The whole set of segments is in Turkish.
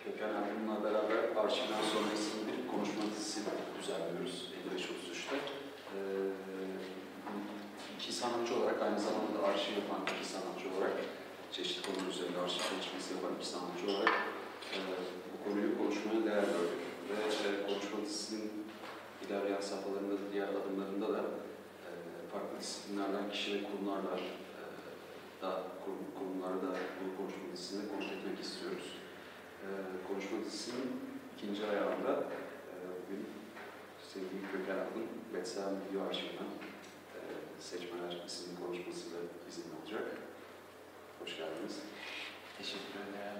Gökhan Erdoğan'la beraber arşivden sonra isimli bir konuşma dizisi düzenliyoruz 55-33'te. İki sanatçı olarak, aynı zamanda da arşiv yapan iki sanatçı olarak, çeşitli konular üzerinde arşiv çalışması yapan iki sanatçı olarak bu konuyu konuşmaya değer gördük. Ve konuşma dizisinin ilerleyen safhalarında da, diğer adımlarında da farklı disiplinlerden kişi ve kurumlarla kurumları da bu konuşma dizisinde konuk etmek istiyoruz. Konuşma dizisinin ikinci ayağında bugün sevgili Gökhan Erdoğan, Betsel Video Arşivinden Seçmeler isimli konuşmasıyla bizimle olacak. Hoş geldiniz. Teşekkür ederim.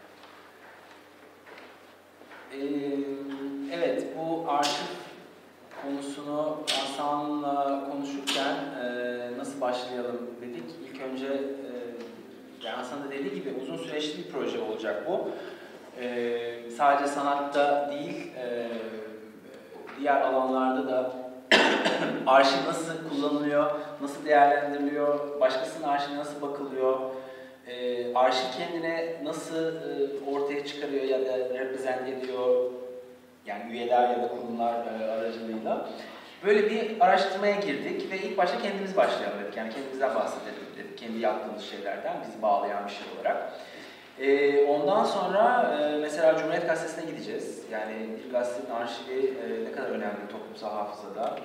Evet, bu arşiv konusunu Hasan'la konuşurken nasıl başlayalım dedik. İlk önce Hasan da dediği gibi uzun süreçli bir proje olacak bu. Sadece sanatta değil, diğer alanlarda da arşiv nasıl kullanılıyor, nasıl değerlendiriliyor, başkasının arşivine nasıl bakılıyor, arşiv kendine nasıl ortaya çıkarıyor ya da reprezent ediyor, yani üyeler ya da kurumlar aracılığıyla. Böyle bir araştırmaya girdik ve ilk başta kendimiz başlayalım dedik, yani kendimizden bahsedelim dedik, kendi yaptığımız şeylerden, bizi bağlayan bir şey olarak. Ondan sonra mesela Cumhuriyet Gazetesi'ne gideceğiz. Yani bir gazetenin arşivi ne kadar önemli toplumsal hafızada.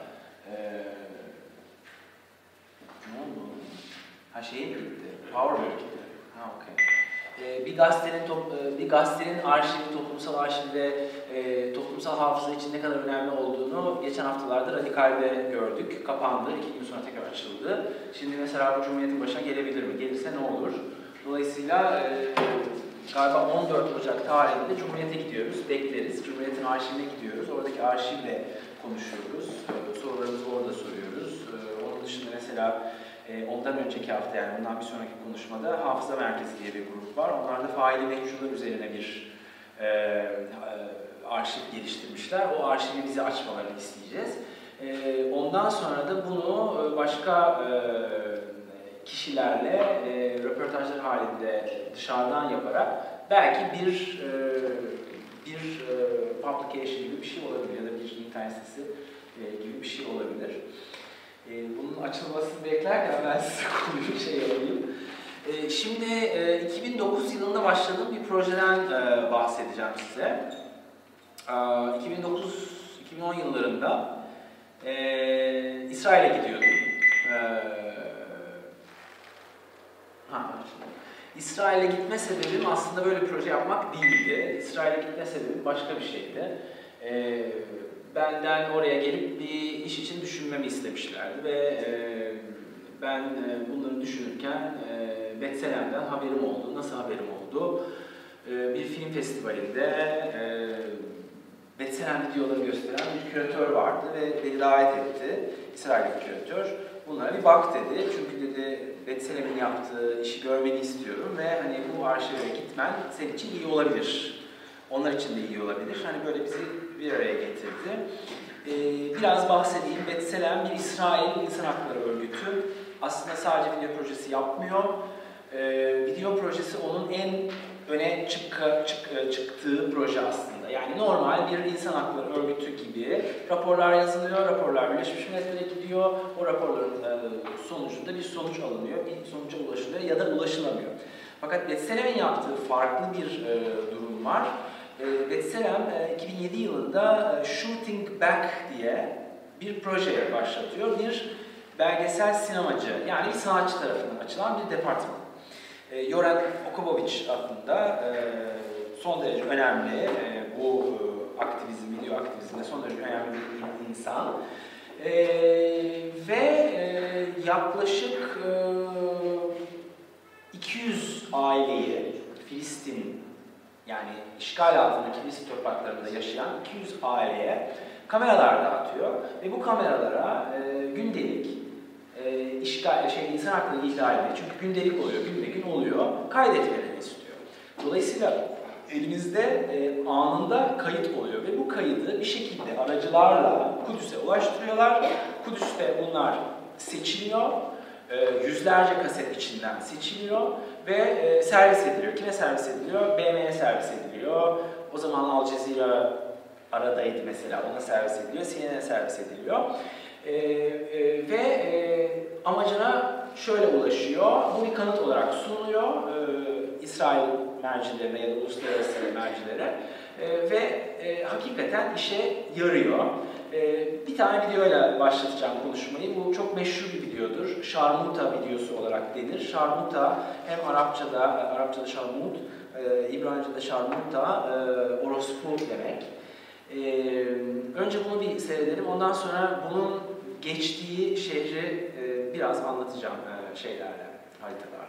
Ne oldu? Ha şeye mi gitti? Power mı gitti? Ha okey. Bir gazetenin arşivi, toplumsal arşivde toplumsal hafıza için ne kadar önemli olduğunu geçen haftalarda Radikal'de gördük. Kapandı, 2 gün sonra tekrar açıldı. Şimdi mesela bu Cumhuriyet'in başına gelebilir mi? Gelirse ne olur? Dolayısıyla galiba 14 Ocak tarihinde Cumhuriyet'e gidiyoruz, bekleriz. Cumhuriyet'in arşivine gidiyoruz, oradaki arşivle konuşuyoruz, sorularımızı orada soruyoruz. Onun dışında mesela ondan önceki hafta, yani bundan bir sonraki konuşmada Hafıza Merkezi diye bir grup var. Onlar da faili mevcular üzerine bir arşiv geliştirmişler. O arşivi bize açmalarını isteyeceğiz. Ondan sonra da bunu başka kişilerle röportajlar halinde dışarıdan yaparak belki bir publication gibi bir şey olabilir ya da bir internet sitesi gibi bir şey olabilir. Bunun açılmasını beklerken ben size konuyu şey yapayım. Şimdi 2009 yılında başladığım bir projeden bahsedeceğim size. 2009-2010 yıllarında İsrail'e gidiyordum. İsrail'e gitme sebebim aslında böyle bir proje yapmak değildi. İsrail'e gitme sebebim başka bir şeydi. Benden oraya gelip bir iş için düşünmemi istemişlerdi ve ben bunları düşünürken Betselem'den haberim oldu. Nasıl haberim oldu? Bir film festivalinde Betselem videoları gösteren bir küratör vardı ve beni davet etti. İsrail'li küratör. Bunlara bir bak dedi. Çünkü dedi Betselem'in yaptığı işi görmeni istiyorum ve hani bu arşive gitmen senin için iyi olabilir. Onlar için de iyi olabilir. Hani böyle bizi bir araya getirdi. Biraz bahsedeyim. Betselem bir İsrail İnsan Hakları Örgütü. Aslında sadece video projesi yapmıyor. Video projesi onun en öne çıktığı proje aslında. Yani normal bir insan hakları örgütü gibi raporlar yazılıyor, raporlar Birleşmiş Milletler'e gidiyor. O raporların sonucunda bir sonuç alınıyor, bir sonuca ulaşılıyor ya da ulaşılamıyor. Fakat Betselem'in yaptığı farklı bir durum var. Betselem 2007 yılında Shooting Back diye bir proje başlatıyor. Bir belgesel sinemacı, yani bir sanatçı tarafından açılan bir departman. Yoran Okubovic adında son derece önemli, bu aktivizm, video aktivizmde son derece önemli bir insan. Ve yaklaşık 200 aileyi Filistin, yani işgal altındaki Filistin topraklarında yaşayan 200 aileye kameralar dağıtıyor ve bu kameralara gündelik insan hakları ihlalini, çünkü gündelik oluyor, gün be gün oluyor, kaydetmelerini istiyor. Dolayısıyla elimizde anında kayıt oluyor ve bu kaydı bir şekilde aracılarla Kudüs'e ulaştırıyorlar. Kudüs'te bunlar seçiliyor yüzlerce kaset içinden seçiliyor ve servis ediliyor. Kime servis ediliyor? BM'ye servis ediliyor. O zaman Al Jazeera aradaydı mesela, ona servis ediliyor. CNN'e servis ediliyor. Amacına şöyle ulaşıyor. Bu bir kanıt olarak sunuluyor İsrail mercilerine ya da uluslararası mercilere hakikaten işe yarıyor. Bir tane videoyla başlatacağım konuşmayı. Bu çok meşhur bir videodur. Şarmuta videosu olarak denir. Şarmuta hem Arapçada şarmut, İbranice'de şarmuta, orospu demek. Önce bunu bir seyredelim. Ondan sonra bunun geçtiği şehri biraz anlatacağım şeylerle, haritalarla.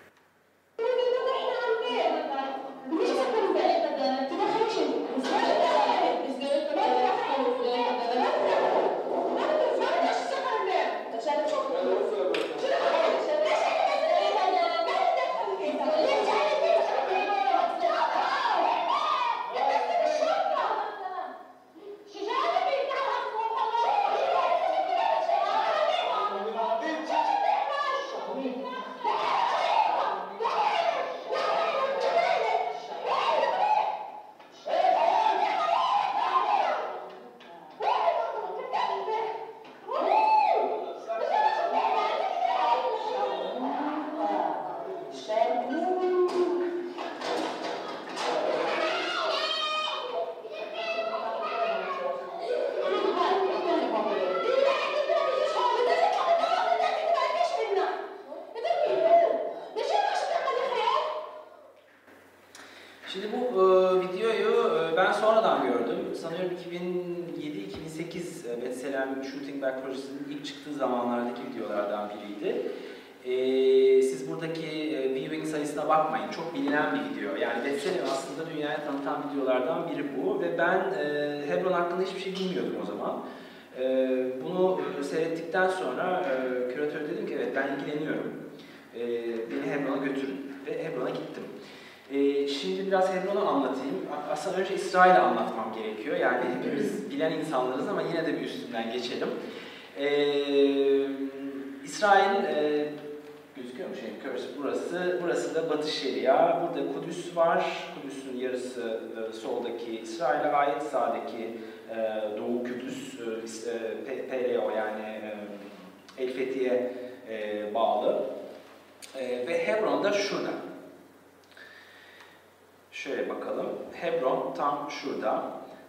Şimdi bu videoyu ben sonradan gördüm. Sanıyorum 2007-2008 Betselem Shooting Back projesinin ilk çıktığı zamanlardaki videolardan biriydi. Siz buradaki viewing sayısına bakmayın. Çok bilinen bir video. Yani Betselem aslında dünyaya tanıtan videolardan biri bu. Ve ben Hebron hakkında hiçbir şey bilmiyordum o zaman. Bunu seyrettikten sonra küratöre dedim ki evet ben ilgileniyorum. Beni Hebron'a götürün. Ve Hebron'a gittim. Şimdi biraz Hebron'u anlatayım. Aslında önce İsrail'i anlatmam gerekiyor. Yani hepimiz bilen insanlarız ama yine de bir üstünden geçelim. İsrail, gözüküyor mu şey? Burası da Batı Şeria. Burada Kudüs var. Kudüs'ün yarısı soldaki İsrail'e ait, sağdaki Doğu Kudüs, PLO yani El Fethi'ye bağlı. Ve Hebron da şurada. Şöyle bakalım. Hebron tam şurada.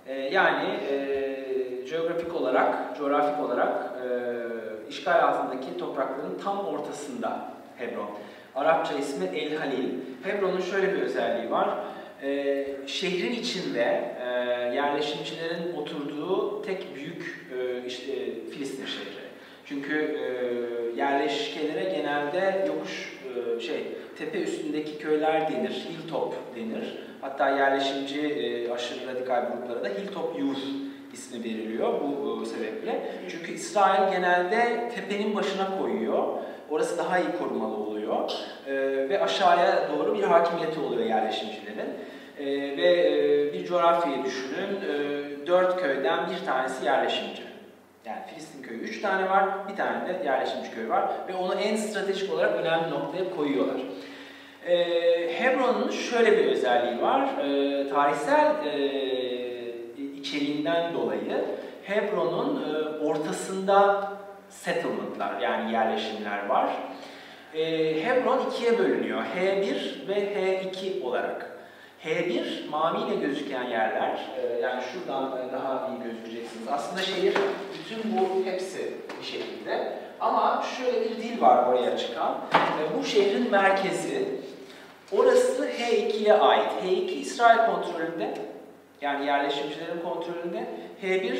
Coğrafik olarak işgal altındaki toprakların tam ortasında Hebron. Arapça ismi El Halil. Hebron'un şöyle bir özelliği var. Şehrin içinde yerleşimcilerin oturduğu tek büyük Filistin şehri. Çünkü yerleşkelere genelde tepe üstündeki köyler denir, hilltop denir. Hatta yerleşimci aşırı radikal gruplara da hilltop youth ismi veriliyor bu sebeple. Çünkü İsrail genelde tepenin başına koyuyor. Orası daha iyi korumalı oluyor. Ve aşağıya doğru bir hakimiyeti oluyor yerleşimcilerin. Bir coğrafyayı düşünün. 4 köyden bir tanesi yerleşimci. Yani Filistin köyü 3 tane var, bir tane de yerleşimci köy var ve onu en stratejik olarak önemli noktaya koyuyorlar. Hebron'un şöyle bir özelliği var, tarihsel içeriğinden dolayı Hebron'un ortasında settlement'lar yani yerleşimler var. Hebron ikiye bölünüyor, H1 ve H2 olarak. H1 maviyle gözüken yerler, yani şuradan daha iyi gözükeceksiniz. Aslında şehir bütün bu hepsi bir şekilde. Ama şöyle bir dil var oraya çıkan. Bu şehrin merkezi. Orası H2'ye ait. H2 İsrail kontrolünde, yani yerleşimcilerin kontrolünde. H1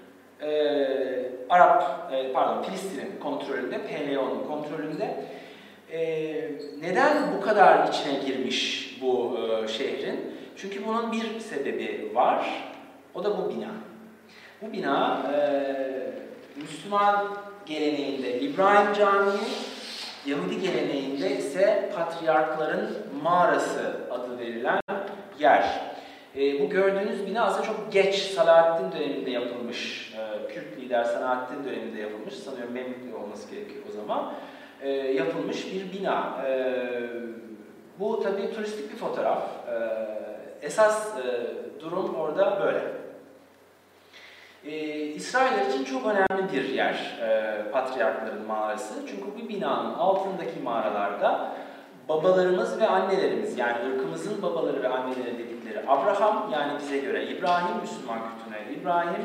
Filistin'in kontrolünde, PLO'nun kontrolünde. Neden bu kadar içine girmiş bu şehrin? Çünkü bunun bir sebebi var. O da bu bina. Bu bina Müslüman geleneğinde İbrahim Camii, Yahudi geleneğinde ise Patriarkların Mağarası adı verilen yer. Bu gördüğünüz bina aslında çok geç Salahaddin döneminde yapılmış. Kürt lider Salahaddin döneminde yapılmış. Sanıyorum Memlükli olması gerekiyor o zaman. yapılmış bir bina. Bu tabii turistik bir fotoğraf. Esas durum orada böyle. İsrailler için çok önemli bir yer Patriarkların Mağarası. Çünkü bu binanın altındaki mağaralarda babalarımız ve annelerimiz, yani ırkımızın babaları ve anneleri dedikleri Abraham, yani bize göre İbrahim, Müslüman kültürüne İbrahim,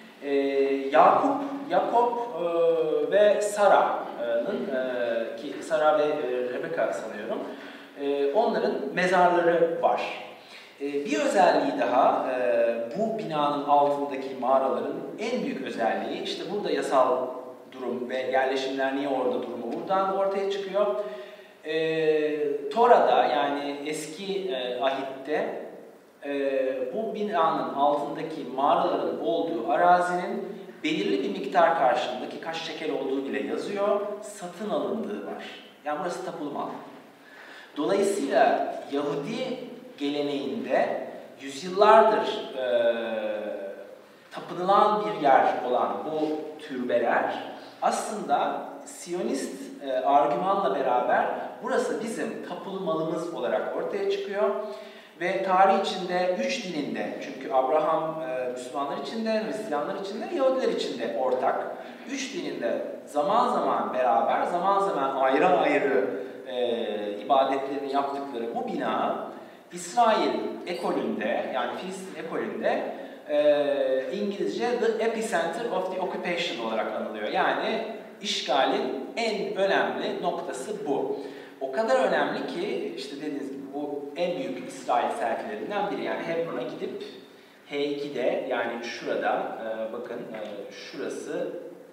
Yakup ve Sara'nın, ki Sara ve Rebecca sanıyorum, onların mezarları var. Bir özelliği daha, bu binanın altındaki mağaraların en büyük özelliği, işte burada yasal durum ve yerleşimler niye orada durumu buradan ortaya çıkıyor. Tora'da, yani eski ahitte bu binanın altındaki mağaraların olduğu arazinin belirli bir miktar karşılığındaki kaç şekel olduğu bile yazıyor, satın alındığı var. Yani burası tapulu mal. Dolayısıyla Yahudi geleneğinde yüzyıllardır tapınılan bir yer olan bu türbeler aslında Siyonist argümanla beraber burası bizim tapulu malımız olarak ortaya çıkıyor. Ve tarih içinde üç dininde, çünkü Abraham Müslümanlar için de, Hristiyanlar için de, Yahudiler için de ortak. Üç dininde zaman zaman beraber, zaman zaman ayrı ayrı ibadetlerini yaptıkları bu bina, İsrail ekolünde, yani Filistin ekolünde İngilizce The Epicenter of the Occupation olarak anılıyor. Yani işgalin en önemli noktası bu. O kadar önemli ki, işte dediğiniz gibi bu en büyük İsrail selfilerinden biri. Yani Hebron'a gidip H2'de, yani şurada, bakın şurası,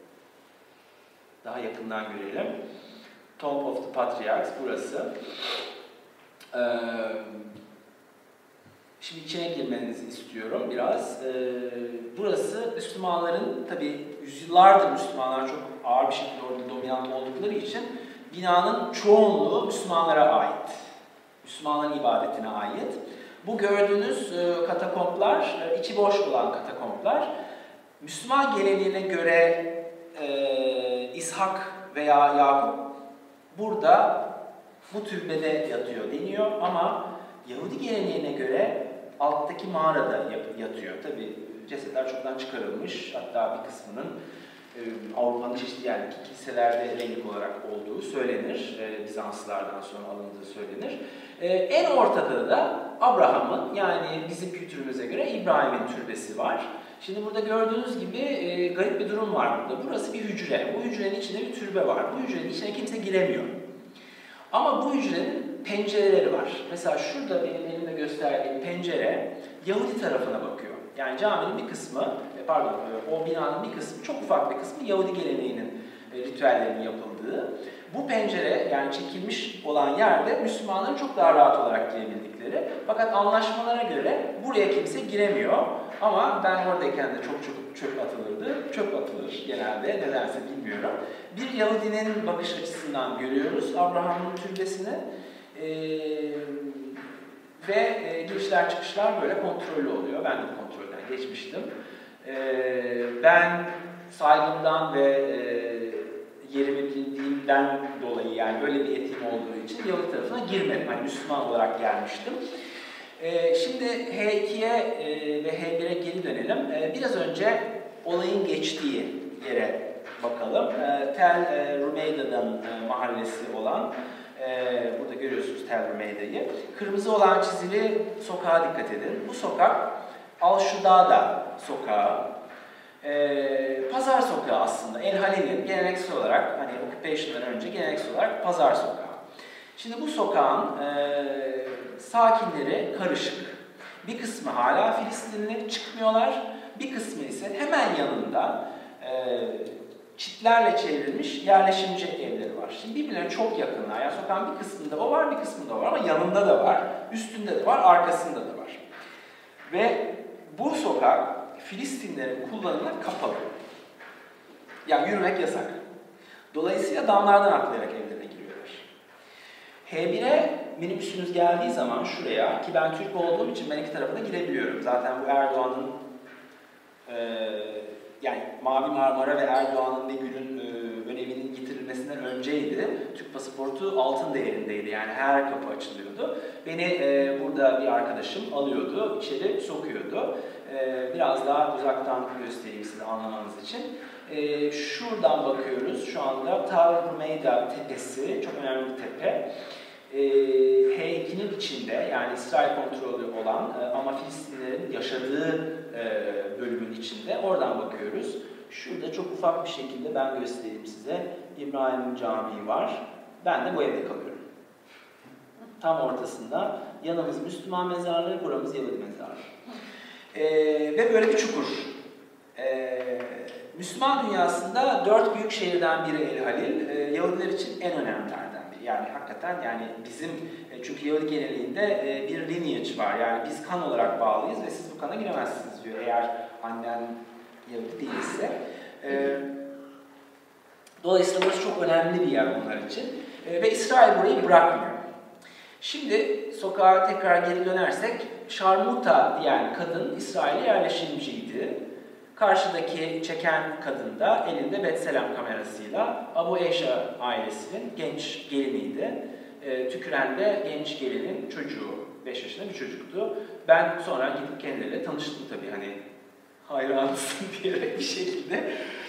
daha yakından görelim. Tomb of the Patriarchs burası. Şimdi içine girmenizi istiyorum biraz. Burası Müslümanların, tabii yüzyıllardır Müslümanlar çok ağır bir şekilde orada dominant oldukları için binanın çoğunluğu Müslümanlara ait. Müslümanların ibadetine ait. Bu gördüğünüz katakomplar, içi boş olan katakomplar, Müslüman geleneğine göre İshak veya Yakup burada bu türbede yatıyor deniyor ama Yahudi geleneğine göre alttaki mağarada yatıyor. Tabi cesetler çoktan çıkarılmış, hatta bir kısmının Avrupa'nın çeşitli yerdeki kiliselerde relik olarak olduğu söylenir. Bizanslılardan sonra alındığı söylenir. En ortada da Abraham'ın, yani bizim kültürümüze göre İbrahim'in türbesi var. Şimdi burada gördüğünüz gibi garip bir durum var burada. Burası bir hücre. Bu hücrenin içinde bir türbe var. Bu hücrenin içine kimse giremiyor. Ama bu hücrenin pencereleri var. Mesela şurada benim elimde gösterdiğim pencere Yahudi tarafına bakıyor. Yani caminin bir kısmı, o binanın bir kısmı, çok ufak bir kısmı Yahudi geleneğinin ritüellerinin yapıldığı. Bu pencere, yani çekilmiş olan yerde Müslümanların çok daha rahat olarak girebildikleri. Fakat anlaşmalara göre buraya kimse giremiyor. Ama ben oradayken de çok çöp atılırdı. Çöp atılır genelde, nedense bilmiyorum. Bir Yahudinin bakış açısından görüyoruz Abraham'ın türbesini. Ve girişler çıkışlar böyle kontrollü oluyor. Ben de kontrolden geçmiştim. Ben saygımdan ve yerimi bildiğimden dolayı, yani böyle bir etiğim olduğu için Yahudi tarafına girmedim. Hani Müslüman olarak gelmiştim. Şimdi H2'ye ve H1'e geri dönelim. Biraz önce olayın geçtiği yere bakalım. Tel Rumeyda'dan mahallesi olan, burada görüyorsunuz Tel Rumeyda'yı. Kırmızı olan çizili sokağa dikkat edin. Bu sokak Al-Şudada sokağı. Pazar sokağı aslında. El Halil'in geleneksel olarak, hani occupation'dan önce geleneksel olarak pazar sokağı. Şimdi bu sokağın sakinleri karışık. Bir kısmı hala Filistinli, çıkmıyorlar. Bir kısmı ise hemen yanında çitlerle çevrilmiş yerleşimci evleri var. Şimdi birbirlerine çok yakınlar. Yani sokağın bir kısmında o var, bir kısmında o var ama yanında da var, üstünde de var, arkasında da var. Ve bu sokak Filistinlerin kullanımına kapalı. Yani yürümek yasak. Dolayısıyla damlardan atlayarak evlerine giriyorlar. H1'e minibüsünüz geldiği zaman şuraya, ki ben Türk olduğum için ben iki tarafına girebiliyorum. Zaten bu Erdoğan'ın yani Mavi Marmara ve Erdoğan'ın ve Gül'ün öneminin getirilmesinden önceydi. pasaportu altın değerindeydi. Yani her kapı açılıyordu. Beni burada bir arkadaşım alıyordu, içeri sokuyordu. Biraz daha uzaktan göstereyim size anlamanız için. Şuradan bakıyoruz. Şu anda Tal Rumeida tepesi, çok önemli bir tepe. H2'nin içinde, yani İsrail kontrolü olan ama Filistinlilerin yaşadığı bölümün içinde. Oradan bakıyoruz. Şurada çok ufak bir şekilde ben göstereyim size. İbrahim Camii var. Ben de bu evde kalıyorum. Tam ortasında. Yanımız Müslüman mezarlığı, buramız Yahudi mezarlığı. Ve böyle bir çukur. Müslüman dünyasında 4 büyük şehirden biri El Halil. Yahudiler için en önemlilerden biri. Yani hakikaten yani bizim, çünkü Yahudi geneliğinde bir lineage var. Yani biz kan olarak bağlıyız ve siz bu kana giremezsiniz diyor. Eğer annen Yahudi değilse. Dolayısıyla burası çok önemli bir yer onlar için. Ve İsrail burayı bırakmıyor. Şimdi sokağa tekrar geri dönersek, Şarmuta diyen kadın İsrail'e yerleşimciydi. Karşıdaki çeken kadın da elinde Betselem kamerasıyla Abu Eşa ailesinin genç geliniydi. Tüküren de genç gelinin çocuğu, 5 yaşında bir çocuktu. Ben sonra gidip kendileriyle tanıştım tabii, hani hayranısın diyerek bir şekilde.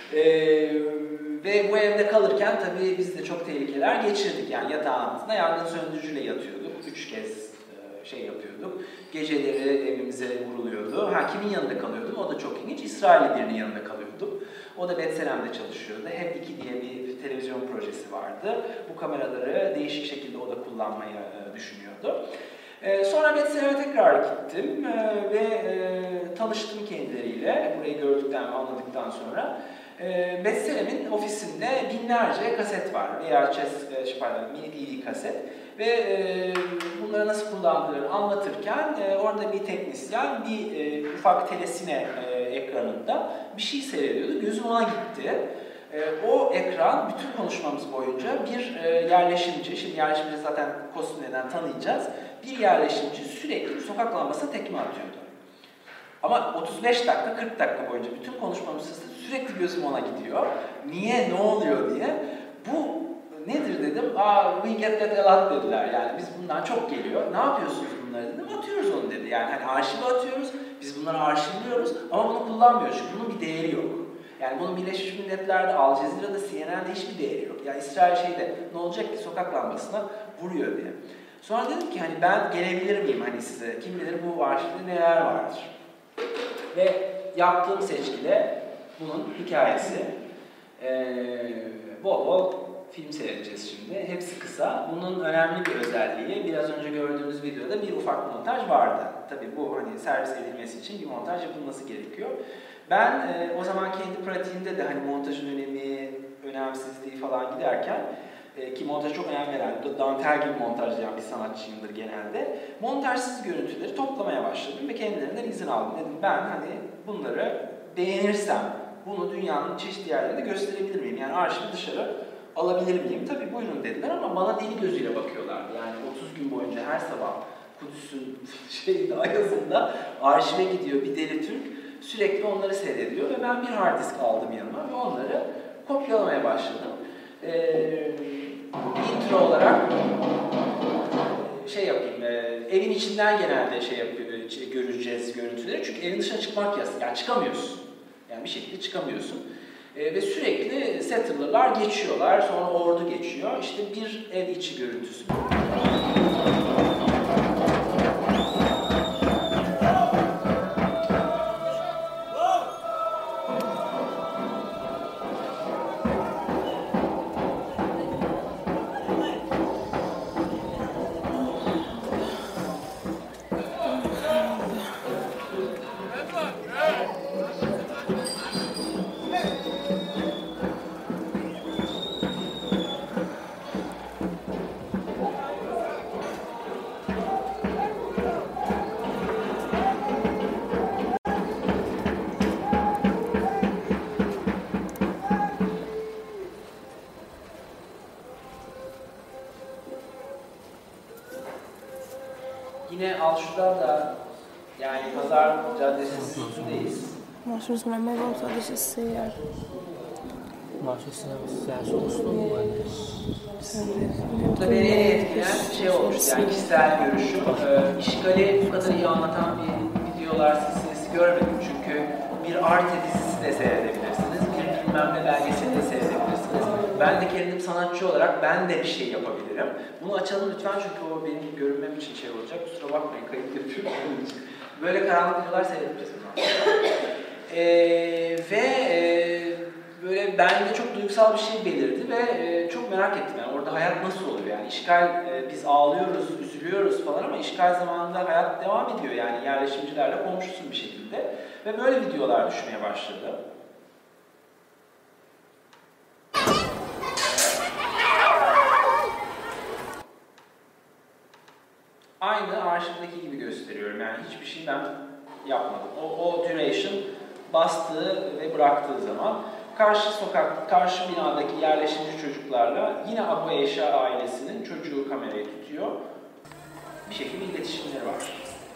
Ve bu evde kalırken tabii biz de çok tehlikeler geçirdik. Yani yatağın altında yangın söndürücüyle yatıyorduk. 3 kez şey yapıyorduk. Geceleri evimize vuruluyordu. Kimin yanında kalıyordum? O da çok ilginç. İsrailli birinin yanında kalıyordum. O da Betselem'de çalışıyordu. Hep 2 diye bir televizyon projesi vardı. Bu kameraları değişik şekilde o da kullanmayı düşünüyordu. Sonra Betselem'e tekrar gittim ve tanıştım kendileriyle. Burayı gördükten ve anladıktan sonra. Betselem'in ofisinde binlerce kaset var. VHS, mini DV kaset. Ve bunları nasıl kullandığını anlatırken orada bir teknisyen bir ufak telesine ekranında bir şey seyrediyordu. Gözüm ona gitti. O ekran bütün konuşmamız boyunca bir yerleşimci, şimdi yerleşimci zaten kostümlerden tanıyacağız, bir yerleşimci sürekli sokak lambasına tekme atıyordu. Ama 35 dakika, 40 dakika boyunca bütün konuşmamız sırasında sürekli gözüm ona gidiyor. Niye, ne oluyor diye. Bu nedir dedim. We get that a lot dediler. Yani biz bundan çok geliyor. Ne yapıyorsunuz bunları dedim. Atıyoruz onu dedi. Yani hani arşive atıyoruz. Biz bunları arşivliyoruz ama bunu kullanmıyoruz. Çünkü bunun bir değeri yok. Yani bunun Birleşmiş Milletler'de, Al Cezire'de, CNN'de hiçbir değeri yok. Yani İsrail şeyde ne olacak ki sokak lambasına vuruyor diye. Sonra dedim ki hani ben gelebilir miyim hani size? Kim bilir bu arşivde neler vardır. Ve yaptığım seçkide bunun hikayesi. Bol bol film seyredeceğiz şimdi. Hepsi kısa. Bunun önemli bir özelliği, biraz önce gördüğünüz videoda bir ufak montaj vardı. Tabii bu hani servis edilmesi için bir montaj yapılması gerekiyor. Ben o zaman kendi pratiğimde de hani montajın önemi, önemsizliği falan giderken ki montaja çok önem veren, dantel gibi montajlayan bir sanatçıyımdır genelde. Montajsız görüntüleri toplamaya başladım ve kendilerinden izin aldım. Dedim ben hani bunları beğenirsem bunu dünyanın çeşitli yerlerinde gösterebilir miyim? Yani arşivi dışarı alabilir miyim? Tabii buyurun dediler ama bana deli gözüyle bakıyorlardı. Yani 30 gün boyunca her sabah Kudüs'ün ayazında arşive gidiyor bir deli Türk. Sürekli onları seyrediyor ve ben bir hard disk aldım yanıma ve onları kopyalamaya başladım. Intro olarak şey yapayım, evin içinden genelde göreceğiz görüntüleri çünkü evin dışına çıkmak yasak, yani çıkamıyorsun. Yani bir şekilde çıkamıyorsun. Ve sürekli settler'lar geçiyorlar, sonra ordu geçiyor. İşte bir ev içi görüntüsü. Yine Alşu'da yani Pazar Caddesi'nin üstündeyiz. Moi, je me souviens même pas, ça déjà c'est. Burada beni etkileyen şey olmuş, yani kişisel görüşüm. İşgali bu kadar iyi anlatan bir videolar silsilesi görmedim. Çünkü bir Arte dizisi de seyredebilirsiniz, bir bilmem ne belgeseli de seyredebilirsiniz. Ben de kendim sanatçı olarak ben de bir şey yapabilirim. Bunu açalım lütfen çünkü o benim görünmem için şey olacak. Kusura bakmayın, kayıt yapıyorum onun için. Böyle karanlık videolar seyredeceğiz. Böyle bende çok duygusal bir şey belirdi ve çok merak ettim yani orada hayat nasıl oluyor yani işgal, biz ağlıyoruz, üzülüyoruz falan ama işgal zamanında hayat devam ediyor yani yerleşimcilerle komşusun bir şekilde ve böyle videolar düşmeye başladı. Aynı arşivdeki gibi gösteriyorum yani hiçbir şey ben yapmadım. O duration bastığı ve bıraktığı zaman karşı sokak, karşı binadaki yerleşimci çocuklarla yine Abu Eşa ailesinin çocuğu kamerayı tutuyor. Bir şekilde iletişimleri var.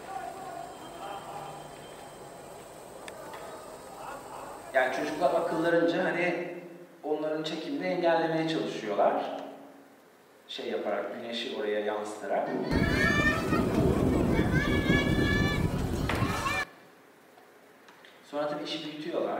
Yani çocuklar akıllarınca hani onların çekimini engellemeye çalışıyorlar. Şey yaparak, güneşi oraya yansıtarak. Sonra tabii işi büyütüyorlar.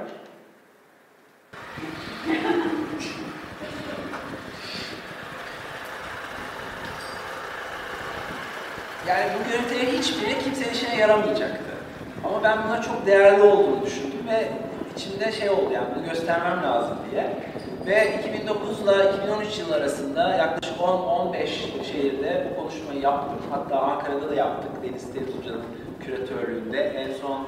Yani bu görüntülerin hiçbiri kimsenin işine yaramayacaktı. Ama ben buna çok değerli olduğunu düşündüm ve içimde şey oldu yani bunu göstermem lazım diye. Ve 2009 ile 2013 yılı arasında yaklaşık 10-15 şehirde bu konuşmayı yaptım. Hatta Ankara'da da yaptık Deniz Tevz Hoca'nın küratörlüğünde. En son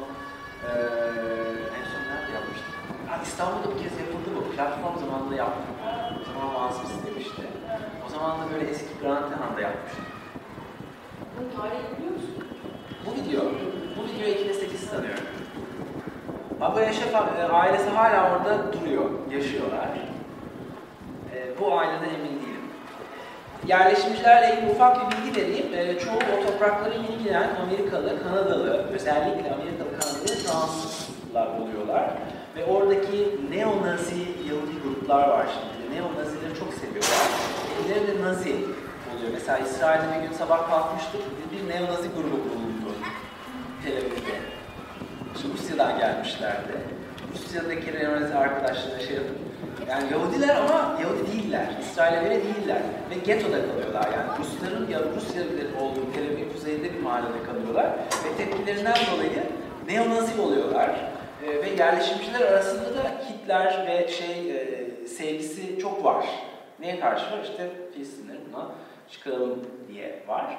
nerede yapmıştık? İstanbul'da bir kez yapıldı bu. Platform zamanında yaptım. O zaman Mansur istemişti. O zaman da böyle eski Grand Tehan'da yapmıştık. Bunun tarihi biliyor musun? Bu videoyu 2008 tanıyorum. Abu Eşref ailesi hala orada duruyor, yaşıyorlar. Bu aileden emin değilim. Yerleşimcilerle ilgili ufak bir bilgi vereyim. Çoğu o toprakları yeni giren Amerikalı, Kanadalı, özellikle Amerikalı, Kanadalı, Fransızlar oluyorlar. Ve oradaki neo-Nazi Yahudi gruplar var şimdi. Neo-Nazileri çok seviyorlar. Kendileri de Nazi oluyor. Mesela İsrail'de bir gün sabah kalkmıştık, bir neo-Nazi grubu bulundu Tel Aviv'de. İşte Rusya'dan gelmişlerdi. Rusya'daki neo-Nazi arkadaşlarına şey yapıp, yani Yahudiler ama Yahudi değiller, İsrail'e göre değiller ve getoda kalıyorlar yani Rusyalıların olduğu Tel Aviv'in kuzeyinde bir mahallede kalıyorlar ve tepkilerinden dolayı neo-Nazi oluyorlar ve yerleşimciler arasında da Hitler ve sevgisi çok var. Neye karşı var? İşte Filistinleri buna çıkaralım diye var.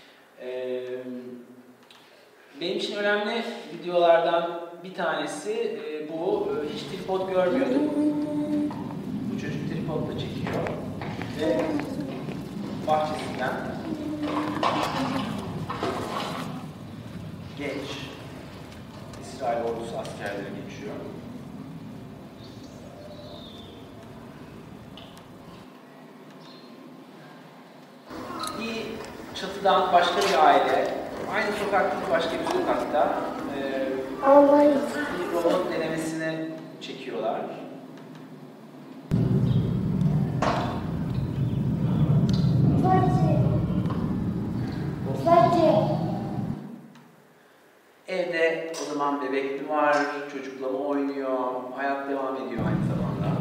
Benim için önemli videolardan bir tanesi bu. Hiç tripod görmüyordum. Bu çocuk tripodla çekiyor ve bahçesinden genç İsrail ordusu askerleri geçiyor. Bir çatıdan başka bir aile, aynı sokaktaki başka bir sokakta bir robot denemesini çekiyorlar. Evde o zaman bebekli var, çocukla mı oynuyor, hayat devam ediyor aynı zamanda.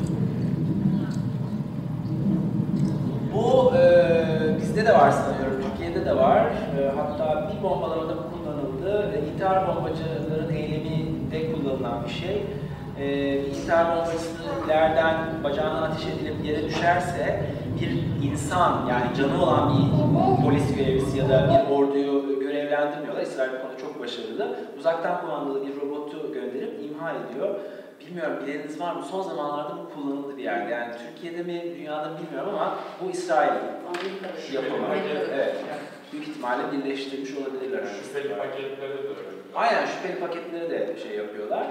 Bu bizde de var sanıyorum, Türkiye'de de var. Hatta bir bombalamada kullanıldı. İntihar bombacıların eyleminde kullanılan bir şey. İntihar bombacısı ileriden bacağından ateş edilip yere düşerse bir insan, yani canı olan bir polis görevlisi ya da bir orduyu görevlendirmiyorlar. İsrail bu konuda çok başarılı. Uzaktan kumandalı bir robotu gönderip imha ediyor. Bilmiyorum, bileniniz var mı? Son zamanlarda bu kullanıldı bir yerde. Yani Türkiye'de mi, dünyada mı bilmiyorum ama bu İsrail yapımı. Evet. Büyük ihtimalle birleştirmiş olabilirler. Şüpheli paketleri de öyle. Aynen, şüpheli paketleri de şey yapıyorlar.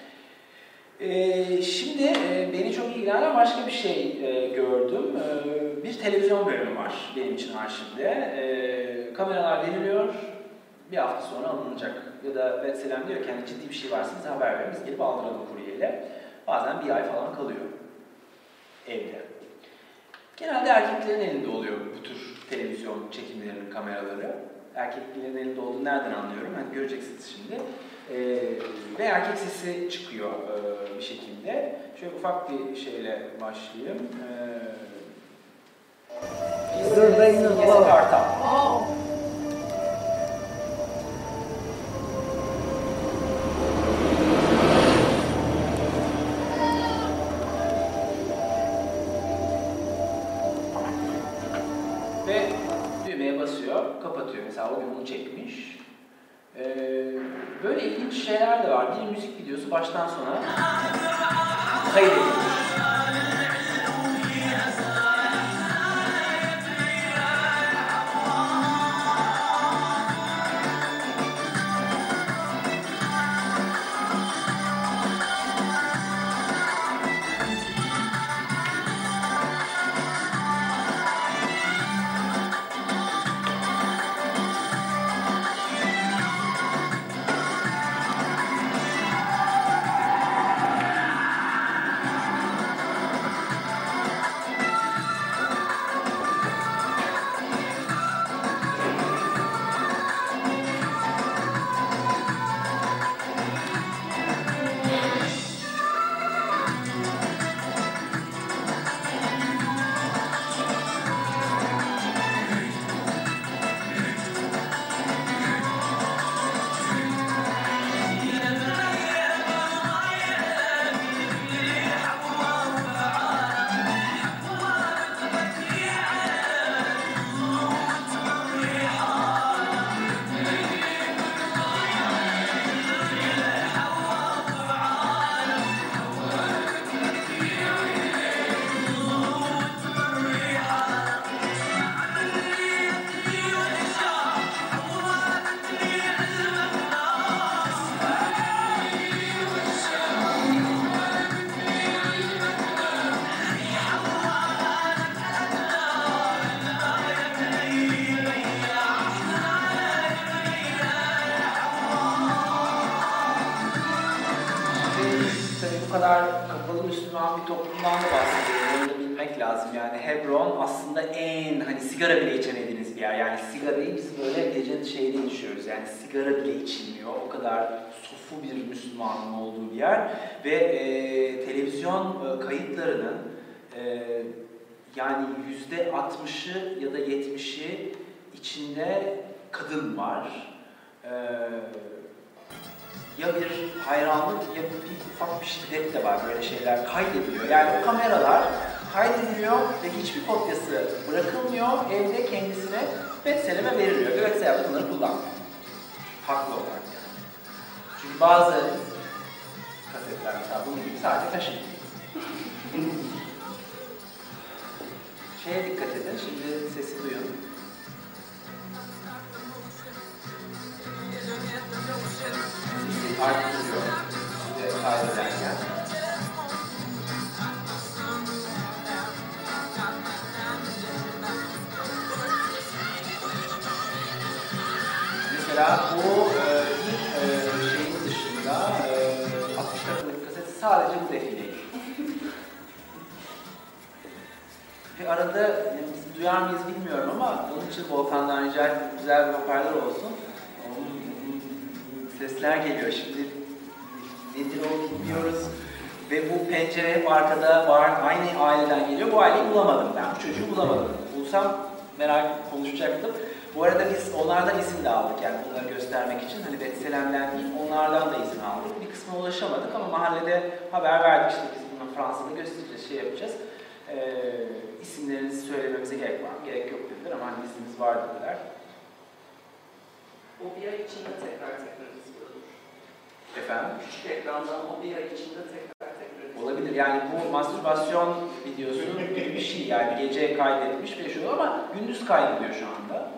Şimdi beni çok ilgilenen başka bir şey gördüm. Bir televizyon bölümü var benim için arşivde. Kameralar veriliyor, bir hafta sonra alınacak. Ya da Betselem diyor ki hani ciddi bir şey varsa bize haber verin, biz gelip aldıralım kuryeyle. Bazen bir ay falan kalıyor. evde. Genelde erkeklerin elinde oluyor bu tür televizyon çekimlerinin kameraları. Erkeklerin elinde olduğunu nereden anlıyorum? Hani göreceksiniz şimdi. Ve erkek sesi çıkıyor bir şekilde. Şöyle ufak bir şeyle başlayayım. Simgesi Kartal. Ve düğmeye basıyor, kapatıyor. Mesela o gün bunu çekmiş. Böyle ilginç şeyler de var. Bir müzik videosu baştan sona kaydedilmiş. Kapalı Müslüman bir toplumdan da bahsediyorum. Onu bilmek lazım. Yani Hebron aslında en hani sigara bile içemediğiniz bir yer. Yani sigarayı biz böyle gecenin şeyde içiyoruz. Yani sigara bile içilmiyor. O kadar sofu bir Müslümanın olduğu bir yer. Ve televizyon kayıtlarının yani %60'ı ya da 70'i içinde kadın var. Ya bir hayranlık ya bir ufak bir şiddet de var, böyle şeyler kaydediliyor. Yani o kameralar kaydediliyor ve hiçbir kopyası bırakılmıyor, evde kendisine besteleme veriliyor. Ve mesela bunları kullanmıyor. Haklı olarak yani. Çünkü bazı kasetler mesela bunun gibi sadece taşınıyor. Şeye dikkat edin, şimdi sesi duyun. Sesi artırıyor işte kaydederken. Mesela bu ilk şeyin dışında 60 dakikalık kaseti sadece bu defileydi. Ve arada biz duyar mıyız bilmiyorum ama onun için Volkan'dan rica ettim, güzel bir hoparlör olsun. Sesler geliyor şimdi, nedir o bilmiyoruz. Ve bu pencere hep arkada var, aynı aileden geliyor. Bu aileyi bulamadım ben, bu çocuğu bulamadım. Bulsam merak konuşacaktım. Bu arada biz onlardan izin de aldık yani bunları göstermek için. Hani Betselem'den değil, onlardan da izin aldık. Bir kısmına ulaşamadık ama mahallede haber verdik işte biz bunu Fransa'da göstereceğiz, şey yapacağız. İsimlerinizi söylememize gerek var mı? Gerek yok dediler ama hani iznimiz var dediler. O bir ay içinde tekrar izliyordur. Efendim? Küçük ekrandan o bir ay içinde tekrar olabilir. Yani bu mastürbasyon videosu gibi bir şey. Yani gece kaydetmiş bir şey ama gündüz kaydediyor şu anda.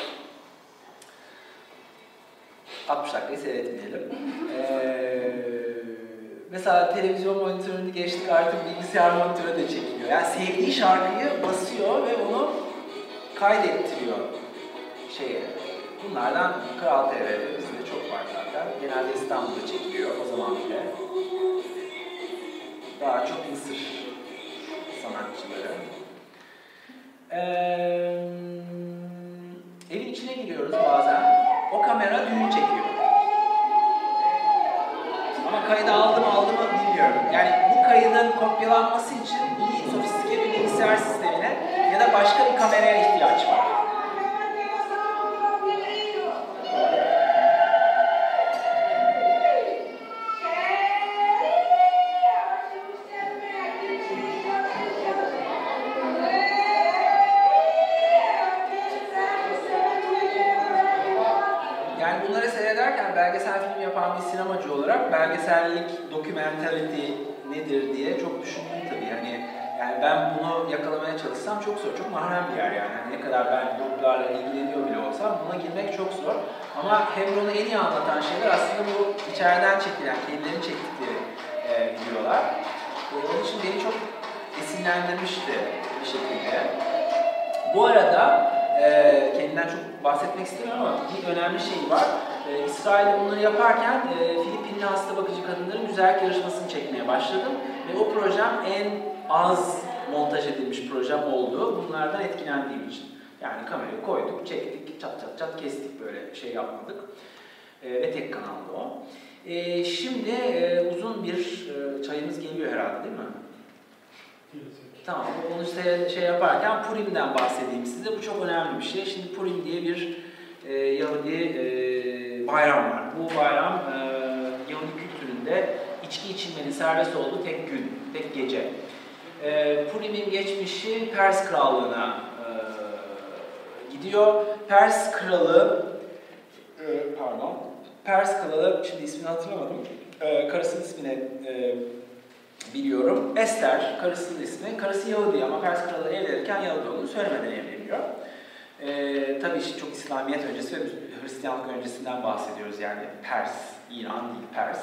60 dakikayı seyretmeyelim. Mesela televizyon monitörünü geçtik, artık bilgisayar monitörü de çekiliyor. Yani sevdiği şarkıyı basıyor ve onu kaydettiriyor şeye. Bunlardan Kral TV'de bizde çok var zaten. Genelde İstanbul'da çekiliyor o zaman bile. Daha çok Mısır sanatçıları. Evin içine giriyoruz bazen. O kamera düğün çekiyor. Ama kaydı aldı mı bilmiyorum. Yani bu kaydın kopyalanması için iyi sofistike bir bilgisayar sistemine ya da başka bir kameraya ihtiyaç var. Yani bunları seyrederken belgesel film yapan bir sinemacı olarak belgesellik, documentality nedir diye çok düşündüm tabii. Yani ben bunu yakalamaya çalışsam çok zor, çok mahrem bir yer yani. Ne kadar ben gruplarla ilgileniyor bile olsam buna girmek çok zor. Ama Hebron'u en iyi anlatan şeyler aslında bu içeriden çekilen, kendilerini çektikleri videolar. Onun için beni çok esinlendirmişti bir şekilde. Bu arada kendinden çok bahsetmek istemiyorum ama bir önemli şey var. İsrail'de bunları yaparken Filipinli hasta bakıcı kadınların güzellik yarışmasını çekmeye başladım. Ve o projem en az montaj edilmiş projem oldu. Bunlardan etkilendiğim için. Yani kamerayı koyduk, çektik, çat kestik, böyle şey yapmadık. Ve tek kanaldı o. Şimdi uzun bir çayımız geliyor herhalde değil mi? Tamam, onu şey yaparken Purim'den bahsedeyim size. Bu çok önemli bir şey. Şimdi Purim diye bir Yahudi bayram var. Bu bayram Yahudi kültüründe içki içilmenin serbest olduğu tek gün, tek gece. Purim'in geçmişi Pers Krallığı'na gidiyor. Pers Kralı, Pers Kralı, şimdi ismini hatırlamadım. Karısının ismini biliyorum. Esther, karısının ismi. Karısı Yahudi ama Pers Kralı evlenirken Yahudi olduğunu söylemeden evleniyor. Tabii çok İslamiyet öncesi ve Hristiyanlık öncesinden bahsediyoruz. Yani Pers, İran değil Pers.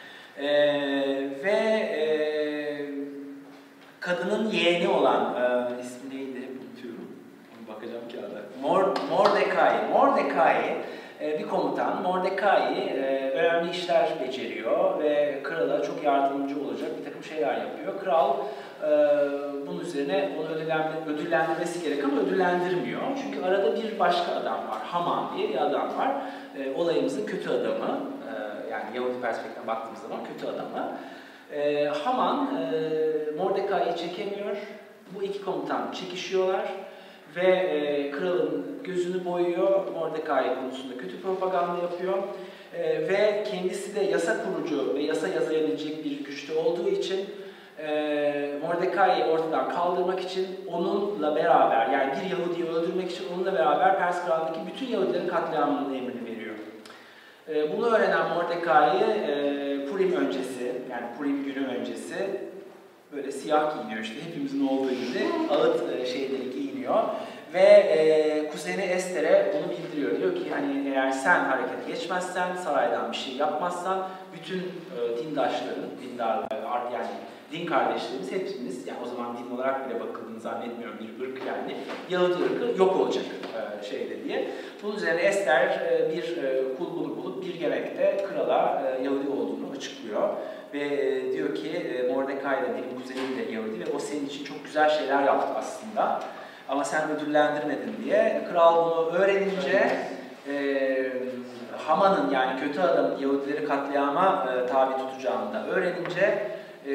Kadının yeğeni olan, ismi neydi? Unutuyorum. Bakacağım kağıda. Mordecai bir komutan. Mordecai önemli işler beceriyor ve krala çok yardımcı olacak bir takım şeyler yapıyor. Kral bunun üzerine onu ödüllendirmesi gerek ama ödüllendirmiyor. Çünkü arada bir başka adam var. Haman diye bir adam var. Olayımızın kötü adamı. Yani Yahudi perspektiften baktığımız zaman kötü adamı. Haman Mordecai'yi çekemiyor. Bu iki komutan çekişiyorlar. Ve kralın gözünü boyuyor, Mordecai konusunda kötü propaganda yapıyor. Ve kendisi de yasa kurucu ve yasa yazabilecek bir güçte olduğu için Mordecai'yi ortadan kaldırmak için onunla beraber, yani bir Yahudi'yi öldürmek için onunla beraber Pers Krallığı'ndaki bütün Yahudilerin katliamının emrini veriyor. Bunu öğrenen Mordecai Purim öncesi, yani Purim günü öncesi böyle siyah giyiniyor, işte hepimizin olduğu gibi ağıt şeyleri giyiniyor ve kuzeni Esther'e bunu bildiriyor. Diyor ki hani eğer sen harekete geçmezsen, saraydan bir şey yapmazsan bütün dindarlar, yani din kardeşlerimiz hepimiz, yani o zaman din olarak bile bakıldığını zannetmiyorum, bir ırk yani Yahudi ırkı yok olacak diye. Bunun üzerine Esther bir kulbunu bulup bir yemekte krala Yahudi olduğunu açıklıyor. Ve diyor ki Mordecai de benim kuzenim de Yahudi ve o senin için çok güzel şeyler yaptı aslında. Ama sen ödüllendirmedin diye. Kral bunu öğrenince Haman'ın, yani kötü adamın Yahudileri katliama tabi tutacağını da öğrenince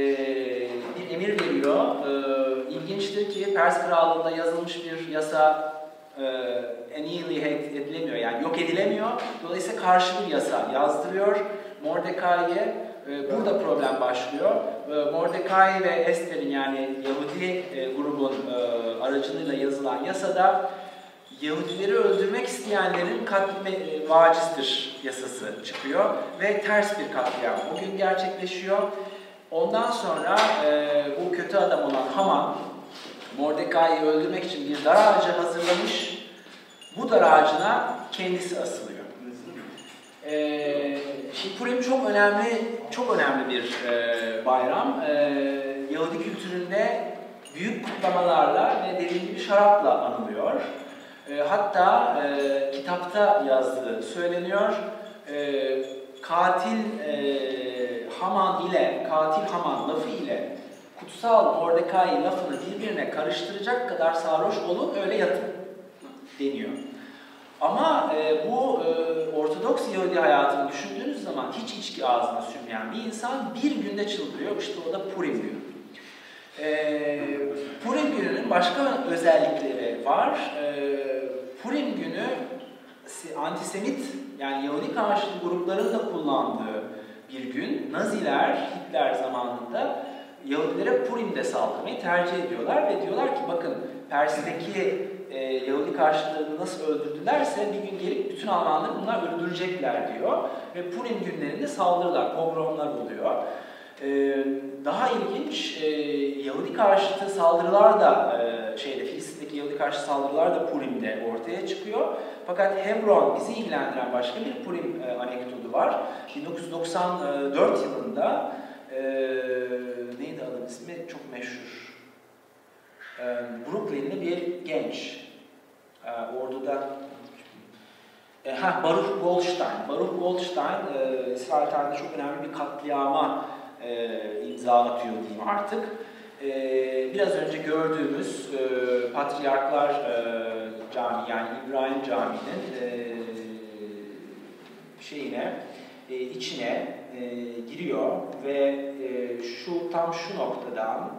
bir emir veriyor. İlginçtir ki Pers Krallığı'nda yazılmış bir yasa annihilate edilemiyor, yani yok edilemiyor. Dolayısıyla karşı bir yasa yazdırıyor Mordecai'ye. Burada problem başlıyor. Mordecai ve Esther'in, yani Yahudi grubun aracılığıyla yazılan yasada Yahudileri öldürmek isteyenlerin katli vacizdir yasası çıkıyor ve ters bir katliam o gün gerçekleşiyor. Ondan sonra bu kötü adam olan Haman Mordecai'yi öldürmek için bir dar ağacı hazırlamış. Bu dar ağacına kendisi asılıyor. Şimdi Purim çok önemli bir bayram. Yahudi kültüründe büyük kutlamalarla ve dediğim gibi şarapla anılıyor. Hatta kitapta yazdığı söyleniyor. Katil Haman lafı ile kutsal Mordecai lafını birbirine karıştıracak kadar sarhoş olun, öyle yatın deniyor. Ama bu Ortodoks Yahudi hayatını düşündüğünüz zaman hiç içki ağzına sürmeyen bir insan bir günde çıldırıyor. İşte o da Purim günü. Purim gününün başka özellikleri var. Purim günü antisemit, yani Yahudi karşıtı grupların da kullandığı bir gün. Naziler Hitler zamanında Yahudilere Purim'de saldırmayı tercih ediyorlar ve diyorlar ki bakın Pers'teki Yahudi karşıtlarını nasıl öldürdülerse bir gün gelip bütün Almanları bunlar öldürecekler diyor. Ve Purim günlerinde saldırılar, pogromlar oluyor. Daha ilginç, Yahudi karşıtı saldırılar da Filistin'deki Yahudi karşıtı saldırılar da Purim'de ortaya çıkıyor. Fakat Hebron, bizi ilgilendiren başka bir Purim anekdotu var. 1994 yılında neydi adamın ismi? Çok meşhur. Brooklyn'li bir genç. Ordu'da Baruch Goldstein. Baruch Goldstein İsrail tarihinde çok önemli bir katliama imza atıyor diyeyim artık. Biraz önce gördüğümüz Patriarklar Camii, yani İbrahim Camii'nin içine giriyor ve tam şu noktadan,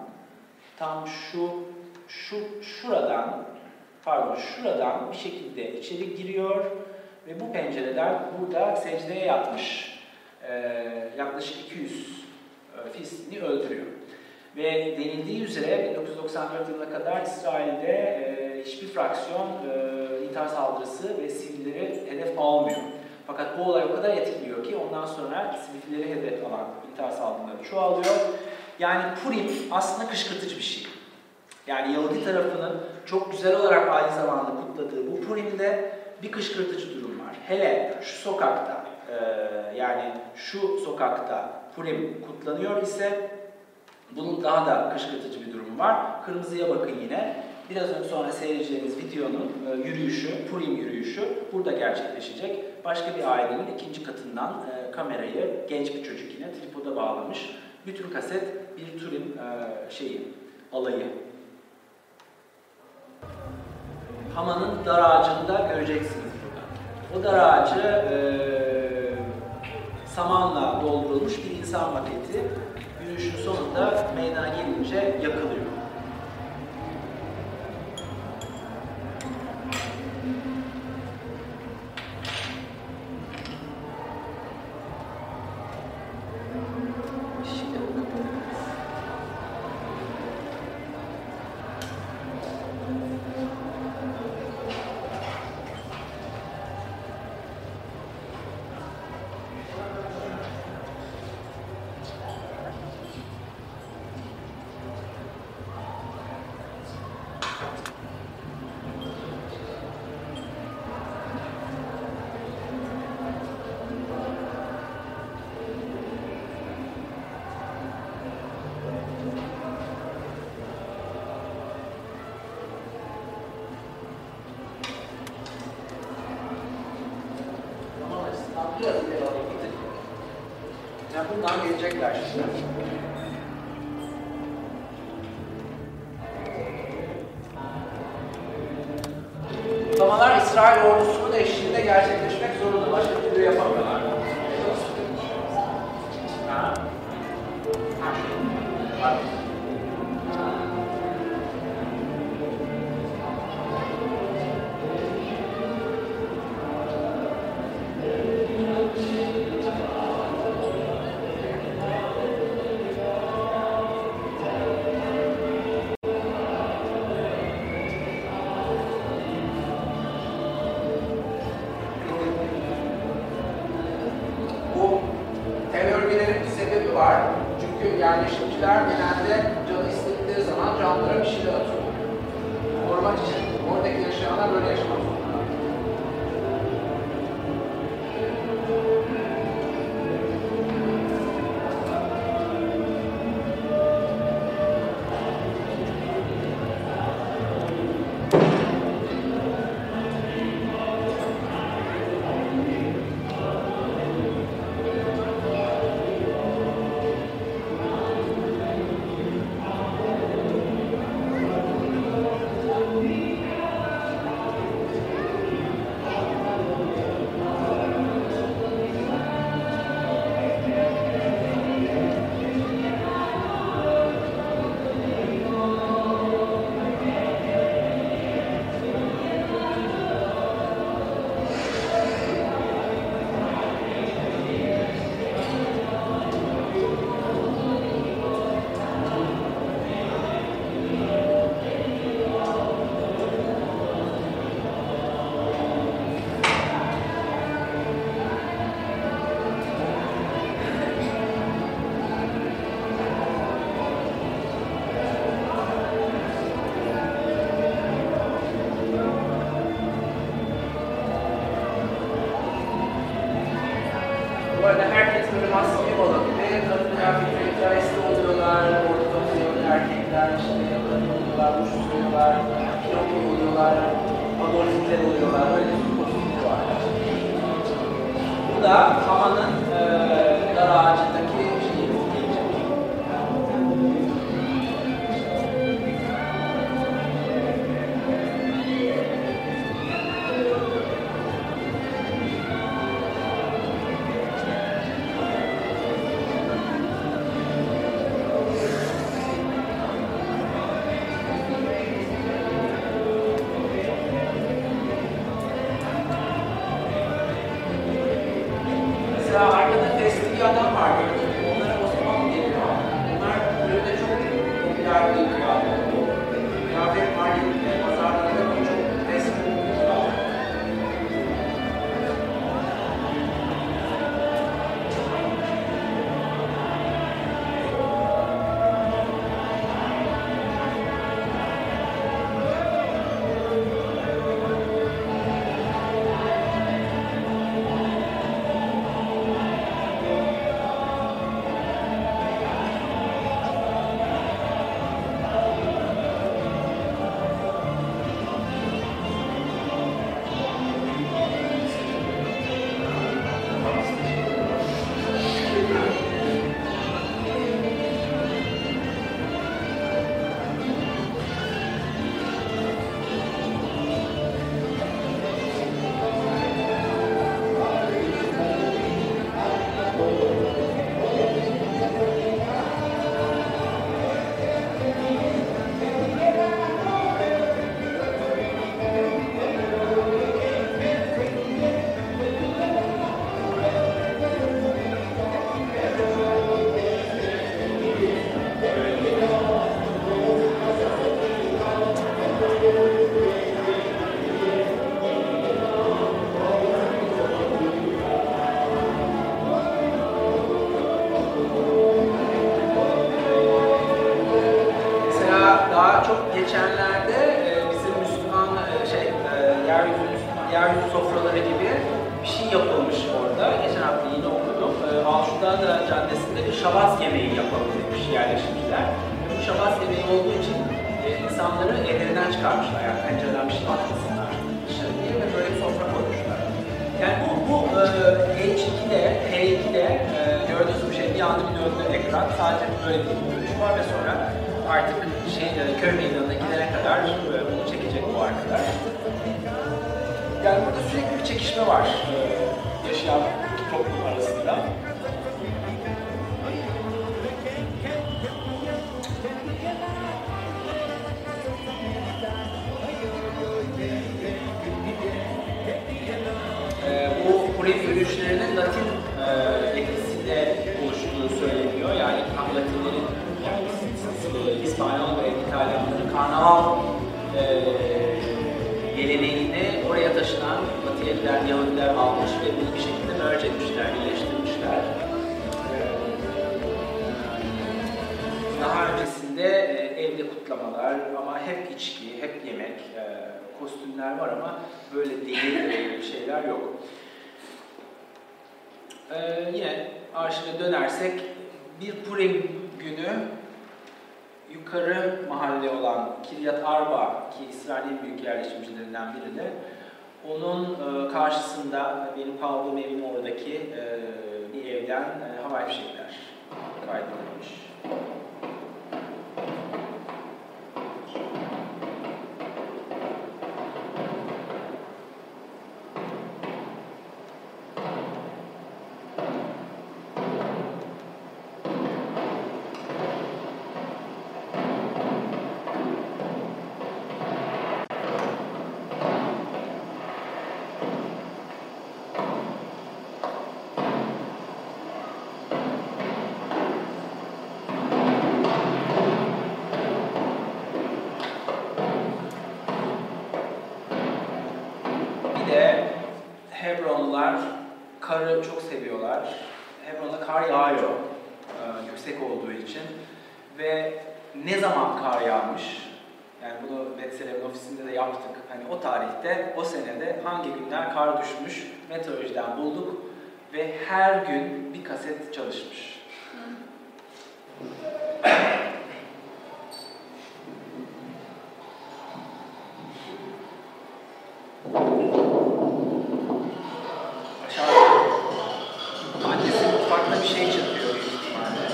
şuradan bir şekilde içeri giriyor ve bu pencereler burada secdeye yatmış yaklaşık 200 Filistinli öldürüyor. Ve denildiği üzere 1994 yılına kadar İsrail'de hiçbir fraksiyon intihar saldırısı ve sivilleri hedef almıyor. Fakat bu olay o kadar etkiliyor ki ondan sonra sivilleri hedef alan intihar saldırıları çoğalıyor. Yani Purim aslında kışkırtıcı bir şey. Yani Yahudi tarafının çok güzel olarak aynı zamanda kutladığı bu Purim'de bir kışkırtıcı durum var. Hele şu sokakta, yani şu sokakta Purim kutlanıyor ise bunun daha da kışkırtıcı bir durumu var. Kırmızıya bakın yine. Biraz önce sonra seyredeceğimiz videonun yürüyüşü, Purim yürüyüşü burada gerçekleşecek. Başka bir ailenin ikinci katından kamerayı genç bir çocuk yine tripoda bağlamış. Bütün kaset bir Purim alayı. Hama'nın dar ağacını da göreceksiniz burada. O dar ağacı samanla doldurulmuş bir insan maketi. Yürüyüşün sonunda meydana gelince yakılıyor. Yani bundan gelecekler şimdi. Kutlamalar İsrail ordusunun eşliğinde gerçekleşmek zorunda. Başka türlü yapamıyorlar. Yerleşimciler genelde canı istedikleri zaman canlara bir şeyler atıyor. Korumak için. Oradaki yaşayanlar böyle yaşamak zorunda. Bu arada herkes böyle maskeli olan gibi kadınlar bir hikayesi oluyorlar, ortada oluyor erkekler, işte kadın oluyorlar, boş oluyorlar, pilot oluyorlar, Adolf'ler oluyorlar, öyle bir kostümü var. Bu da Hama'nın dar ağacındaki şeyi okuyacak. Mesela arkada festi bir adam var gördünüz mü? Onlara Osmanlı geliyor. Onlar böyle çok popüler bir kıyafet. Kıyafet marketinde, pazarlarda da çok festi bir kıyafet. Geçenlerde bizim Müslüman yeryüzü sofraları gibi bir şey yapılmış orada. Geçen hafta yine okudum. Alşudada Caddesi'nde bir şabaz yemeği yapalım demiş yerleşimciler. Bu şabaz yemeği olduğu için insanları evlerinden çıkarmışlar. Yani pencereden bir şey atmasınlar dışarı diye ve böyle bir sofra koymuşlar. Yani bu H2'de, H2'de gördüğünüz bir şey bir anda bir döndü ekran. Sadece böyle bir dönüş var ve sonra artık köy meydanına gidene kadar bunu çekecek bu arkadaş. Yani burada sürekli bir çekişme var yaşayan toplum arasında. Bu Purim yürüyüşlerinin Latin etkisiyle oluştuğu söyleniyor. Yani Latinlerin, yani İspanyol ve İtalyanların karnaval geleneğini oraya taşınan Batıyeliler, Yahudiler almış ve bunu bir şekilde merge etmişler, birleştirmişler. Daha öncesinde evde kutlamalar ama hep içki, hep yemek, kostümler var ama böyle deli şeyler yok. Yine arşive dönersek bir Purim günü yukarı mahalle olan Kiryat Arba ki İsrail'in büyük yerleşimcilerinden biri de onun karşısında benim kaldığım evin oradaki bir evden havai fişekler kaydedilmiş. Hebronlular karı çok seviyorlar. Hebron'da kar yağıyor yüksek olduğu için ve ne zaman kar yağmış, yani bunu Betselev'in ofisinde de yaptık. Hani o tarihte, o senede hangi günler kar düşmüş, meteorolojiden bulduk. ve her gün bir kaset çalışmış. Aşağıda annesi mutfakta bir şey çırpıyor büyük ihtimalle.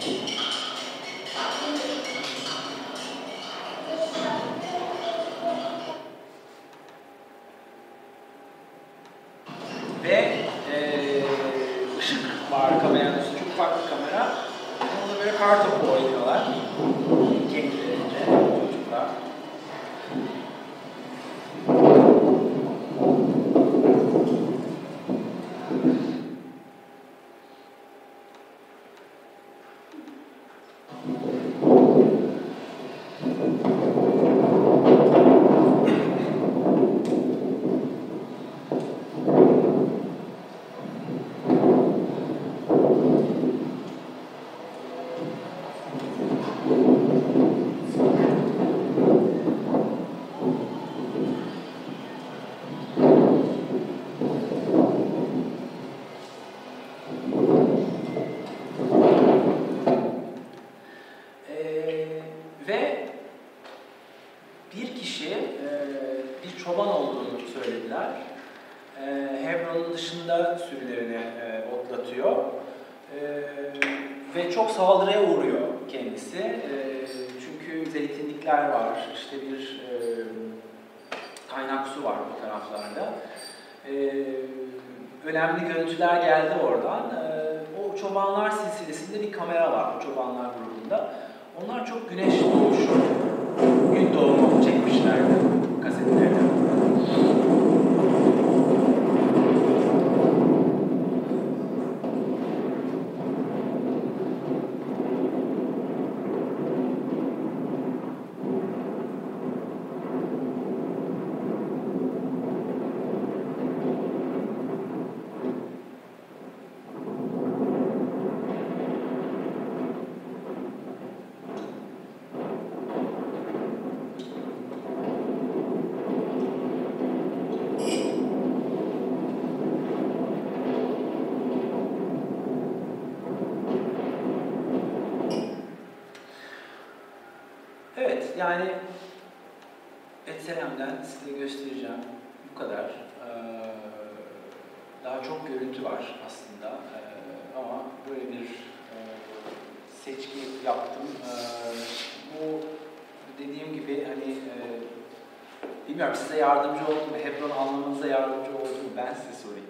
Ve ışık var kameranın üstünde, çok farklı kamera. Onunla böyle kartopu oynuyorlar. Kendilerince çocuklar. Ve bir kişi bir çoban olduğunu söylediler. Hebron'un dışında sürülerini otlatıyor. Ve çok saldırıya uğruyor kendisi. Çünkü zeytinlikler var, işte bir kaynak su var bu taraflarda. Önemli görüntüler geldi oradan. O çobanlar silsilesinde bir kamera var, o çobanlar grubunda. Onlar çok güneş doğuşu, gün doğumu çekmişlerdi kasetlerini. Evet, yani Betselehem'den size göstereceğim bu kadar. Daha çok görüntü var aslında ama böyle bir seçki yaptım. Bu dediğim gibi hani bilmiyorum size yardımcı oldu mu, Hebron anlamanıza yardımcı oldu mu ben size sorayım.